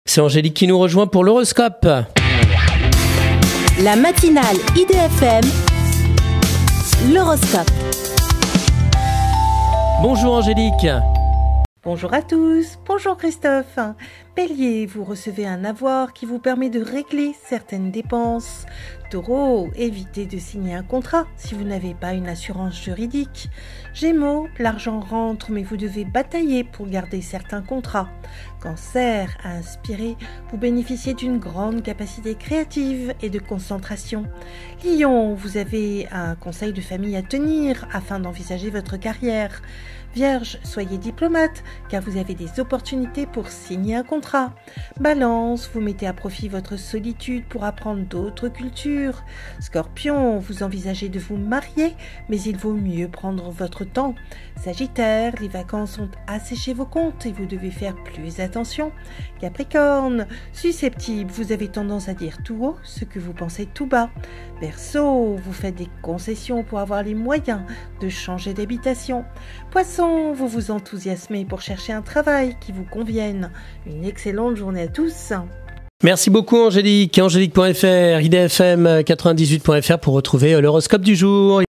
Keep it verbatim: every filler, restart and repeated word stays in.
C'est Angélique qui nous rejoint pour l'horoscope. La matinale I D F M, l'horoscope. Bonjour Angélique. Bonjour à tous, bonjour Christophe. Bélier, vous recevez un avoir qui vous permet de régler certaines dépenses. Taureau, évitez de signer un contrat si vous n'avez pas une assurance juridique. Gémeaux, l'argent rentre mais vous devez batailler pour garder certains contrats. Cancer, à inspirer, vous bénéficiez d'une grande capacité créative et de concentration. Lion, vous avez un conseil de famille à tenir afin d'envisager votre carrière. Vierge, soyez diplomate car vous avez des opportunités pour signer un contrat. Balance, vous mettez à profit votre solitude pour apprendre d'autres cultures. Scorpion, vous envisagez de vous marier mais il vaut mieux prendre votre temps. Sagittaire, les vacances ont asséché vos comptes et vous devez faire plus attention. Capricorne, susceptible, vous avez tendance à dire tout haut ce que vous pensez tout bas. Verseau, vous faites des concessions pour avoir les moyens de changer d'habitation. Poisson, vous vous enthousiasmez pour chercher un travail qui vous convienne. Une excellente journée à tous. Merci beaucoup Angélique. Angélique point F R, I D F M quatre-vingt-dix-huit point F R pour retrouver l'horoscope du jour.